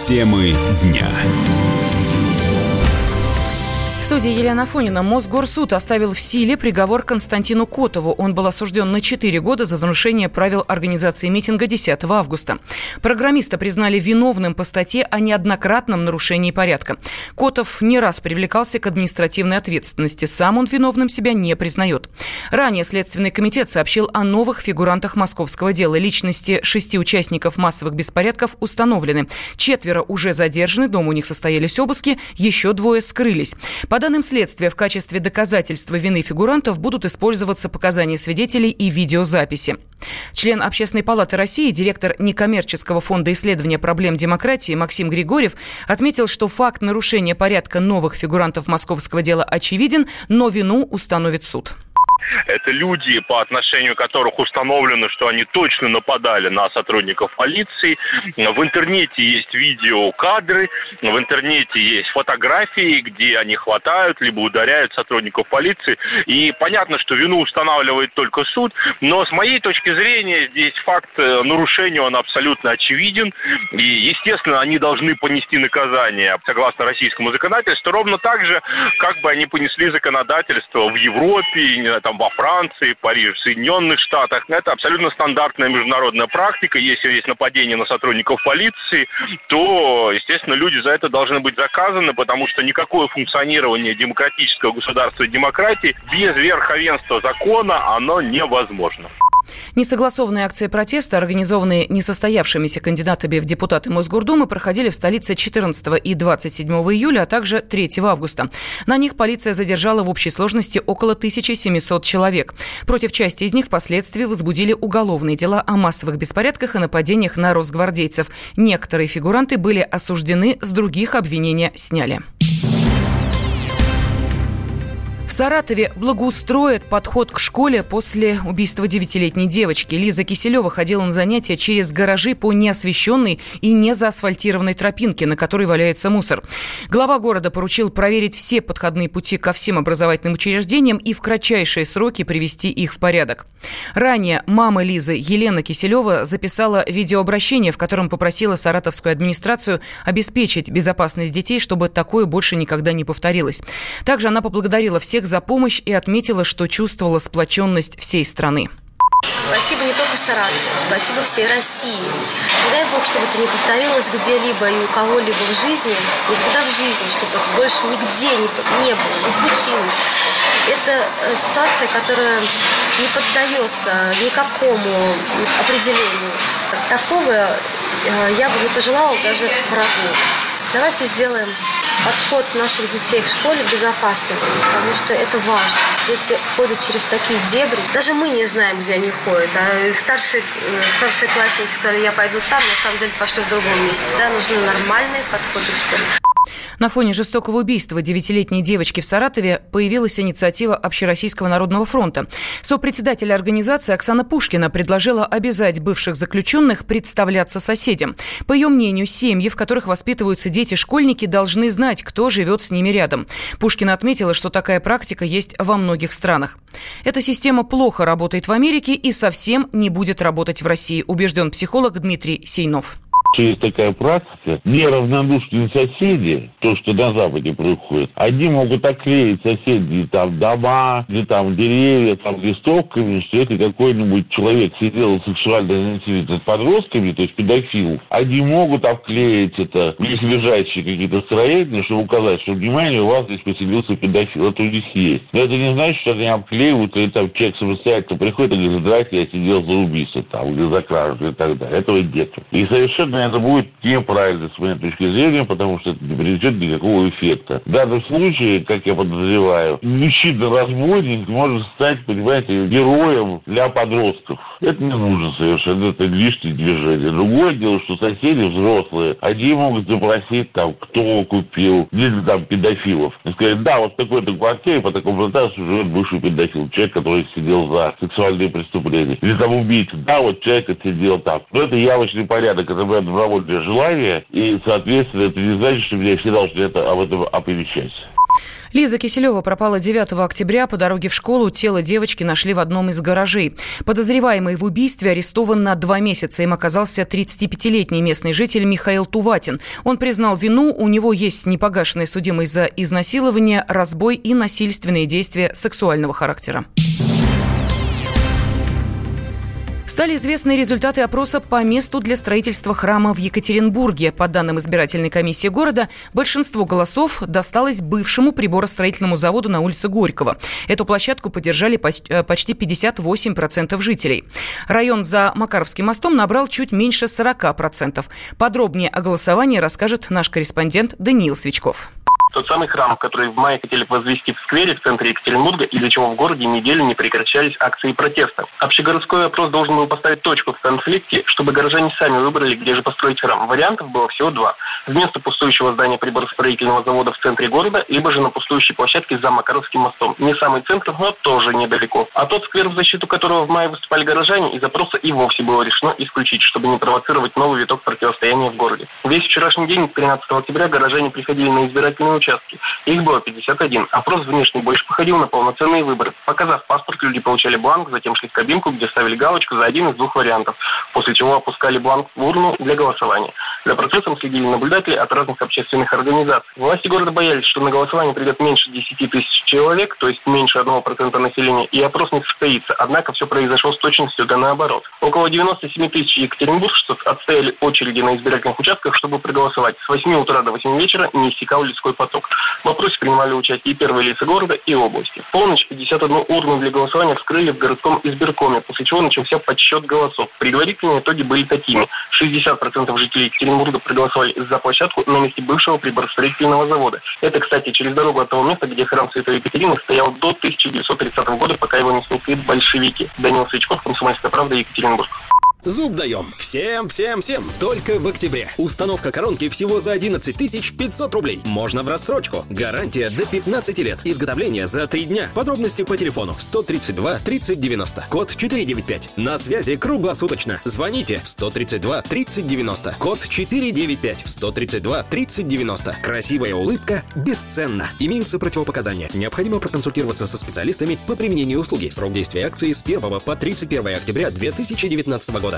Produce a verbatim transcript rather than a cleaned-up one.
Темы дня. В студии Елена Афонина. Мосгорсуд оставил в силе приговор Константину Котову. Он был осужден на четыре года за нарушение правил организации митинга десятого августа. Программиста признали виновным по статье о неоднократном нарушении порядка. Котов не раз привлекался к административной ответственности. Сам он виновным себя не признает. Ранее Следственный комитет сообщил о новых фигурантах московского дела. Личности шести участников массовых беспорядков установлены. Четверо уже задержаны, дома у них состоялись обыски, еще двое скрылись. По данным следствия, в качестве доказательства вины фигурантов будут использоваться показания свидетелей и видеозаписи. Член Общественной палаты России, директор некоммерческого фонда исследования проблем демократии Максим Григорьев отметил, что факт нарушения порядка новых фигурантов московского дела очевиден, но вину установит суд. Это люди, по отношению которых установлено, что они точно нападали на сотрудников полиции. В интернете есть видеокадры, в интернете есть фотографии, где они хватают либо ударяют сотрудников полиции. И понятно, что вину устанавливает только суд, но с моей точки зрения здесь факт нарушения, он абсолютно очевиден. И, естественно, они должны понести наказание согласно российскому законодательству, ровно так же, как бы они понесли законодательство в Европе, не знаю, там, во Франции, Париже, в Соединенных Штатах. Это абсолютно стандартная международная практика. Если есть нападение на сотрудников полиции, то, естественно, люди за это должны быть наказаны, потому что никакое функционирование демократического государства и демократии без верховенства закона, оно невозможно. Несогласованные акции протеста, организованные несостоявшимися кандидатами в депутаты Мосгордумы, проходили в столице четырнадцатого и двадцать седьмого июля, а также третьего августа. На них полиция задержала в общей сложности около тысячи семисот человек. Против части из них впоследствии возбудили уголовные дела о массовых беспорядках и нападениях на росгвардейцев. Некоторые фигуранты были осуждены, с других обвинения сняли. В Саратове благоустроят подход к школе после убийства девятилетней девочки. Лиза Киселева ходила на занятия через гаражи по неосвещенной и незаасфальтированной тропинке, на которой валяется мусор. Глава города поручил проверить все подходные пути ко всем образовательным учреждениям и в кратчайшие сроки привести их в порядок. Ранее мама Лизы, Елена Киселева, записала видеообращение, в котором попросила саратовскую администрацию обеспечить безопасность детей, чтобы такое больше никогда не повторилось. Также она поблагодарила всех за помощь и отметила, что чувствовала сплоченность всей страны. Спасибо не только Саратову, спасибо всей России. Не дай Бог, чтобы это не повторилось где-либо и у кого-либо в жизни, никогда в жизни, чтобы это больше нигде не, не было, не случилось. Это ситуация, которая не поддается никакому определению. Такого я бы не пожелала даже врагу. Давайте сделаем подход наших детей к школе безопасным, потому что это важно. Дети ходят через такие дебри. Даже мы не знаем, где они ходят. А старшие, старшие классники сказали, я пойду там, на самом деле пошли в другом месте. Да, нужны нормальные подходы к школе. На фоне жестокого убийства девятилетней девочки в Саратове появилась инициатива Общероссийского народного фронта. Сопредседатель организации Оксана Пушкина предложила обязать бывших заключенных представляться соседям. По ее мнению, семьи, в которых воспитываются дети-школьники, должны знать, кто живет с ними рядом. Пушкина отметила, что такая практика есть во многих странах. Эта система плохо работает в Америке и совсем не будет работать в России, убежден психолог Дмитрий Сейнов. Есть такая практика, неравнодушные соседи, то, что на Западе происходит, они могут оклеить соседей там дома, или там деревья, там листовками, что это какой-нибудь человек сидел сексуально насилие над подростками, то есть педофил. Они могут обклеить это близлежащие какие-то строения, чтобы указать, что, внимание, у вас здесь поселился педофил, это у них есть. Но это не значит, что они обклеивают, или там человек самостоятельно приходит и говорит, здрасте, я сидел за убийство там, или за кражу, и так далее. Этого нет. И совершенно это будет неправильно с моей точки зрения, потому что это не принесет никакого эффекта. В данном случае, как я подозреваю, мужчина-разбойник может стать, понимаете, героем для подростков. Это не нужно совершенно, это лишнее движение. Другое дело, что соседи взрослые, они могут запросить там, кто купил, или там педофилов. И сказать, да, вот в такой-то квартире по такому адресу живет бывший педофил, человек, который сидел за сексуальные преступления. Или там убийца, да, вот человек отсидел там. Но это явочный порядок, это моя добровольное желание, и, соответственно, это не значит, что меня все должны это, об этом оповещать. Лиза Киселева пропала девятого октября. По дороге в школу тело девочки нашли в одном из гаражей. Подозреваемый в убийстве арестован на два месяца. Им оказался тридцатипятилетний местный житель Михаил Туватин. Он признал вину. У него есть непогашенная судимость за изнасилование, разбой и насильственные действия сексуального характера. Стали известны результаты опроса по месту для строительства храма в Екатеринбурге. По данным избирательной комиссии города, большинство голосов досталось бывшему приборостроительному заводу на улице Горького. Эту площадку поддержали почти пятьдесят восемь процентов жителей. Район за Макаровским мостом набрал чуть меньше сорок процентов. Подробнее о голосовании расскажет наш корреспондент Даниил Свичков. Тот самый храм, который в мае хотели возвести в сквере в центре Екатеринбурга, из-за чего в городе неделю не прекращались акции протеста. Общегородской опрос должен был поставить точку в конфликте, чтобы горожане сами выбрали, где же построить храм. Вариантов было всего два. Вместо пустующего здания приборостроительного завода в центре города, либо же на пустующей площадке за Макаровским мостом. Не самый центр, но тоже недалеко. А тот сквер, в защиту которого в мае выступали горожане, из опроса и вовсе было решено исключить, чтобы не провоцировать новый виток противостояния в городе. Весь вчерашний день, тринадцатого октября, горожане приходили на избирательные участки. Их было пятьдесят один. Опрос внешне больше походил на полноценные выборы. Показав паспорт, люди получали бланк, затем шли в кабинку, где ставили галочку за один из двух вариантов, после чего опускали бланк в урну для голосования. За процессом следили наблюдатели от разных общественных организаций. Власти города боялись, что на голосование придет меньше десяти тысяч человек, то есть меньше одного процента населения, и опрос не состоится. Однако все произошло с точностью да наоборот. Около девяносто семь тысяч екатеринбуржцев отстояли очереди на избирательных участках, чтобы проголосовать. С восьми утра до восьми вечера не иссякал людской поток. В опросе принимали участие и первые лица города, и области. В полночь пятьдесят одну урну для голосования вскрыли в городском избиркоме, после чего начался подсчет голосов. Предварительные итоги были такими. шестьдесят процентов жителей Екатеринбурга проголосовали за площадку на месте бывшего приборостроительного завода. Это, кстати, через дорогу от того места, где храм Святой Екатерины стоял до тысяча девятьсот тридцатого года, пока его не снесли большевики. Даниил Свичков, «Комсомольская правда», Екатеринбург. Зуб даем. Всем, всем, всем. Только в октябре. Установка коронки всего за одиннадцать тысяч пятьсот рублей. Можно в рассрочку. Гарантия до пятнадцати лет. Изготовление за три дня. Подробности по телефону сто тридцать два тридцать девяносто. Код четыреста девяносто пять. На связи круглосуточно. Звоните сто тридцать два тридцать девяносто. Код четыреста девяносто пять. сто тридцать два тридцать девяносто. Красивая улыбка бесценна. Имеются противопоказания. Необходимо проконсультироваться со специалистами по применению услуги. Срок действия акции с первого по тридцать первое октября две тысячи девятнадцатого года.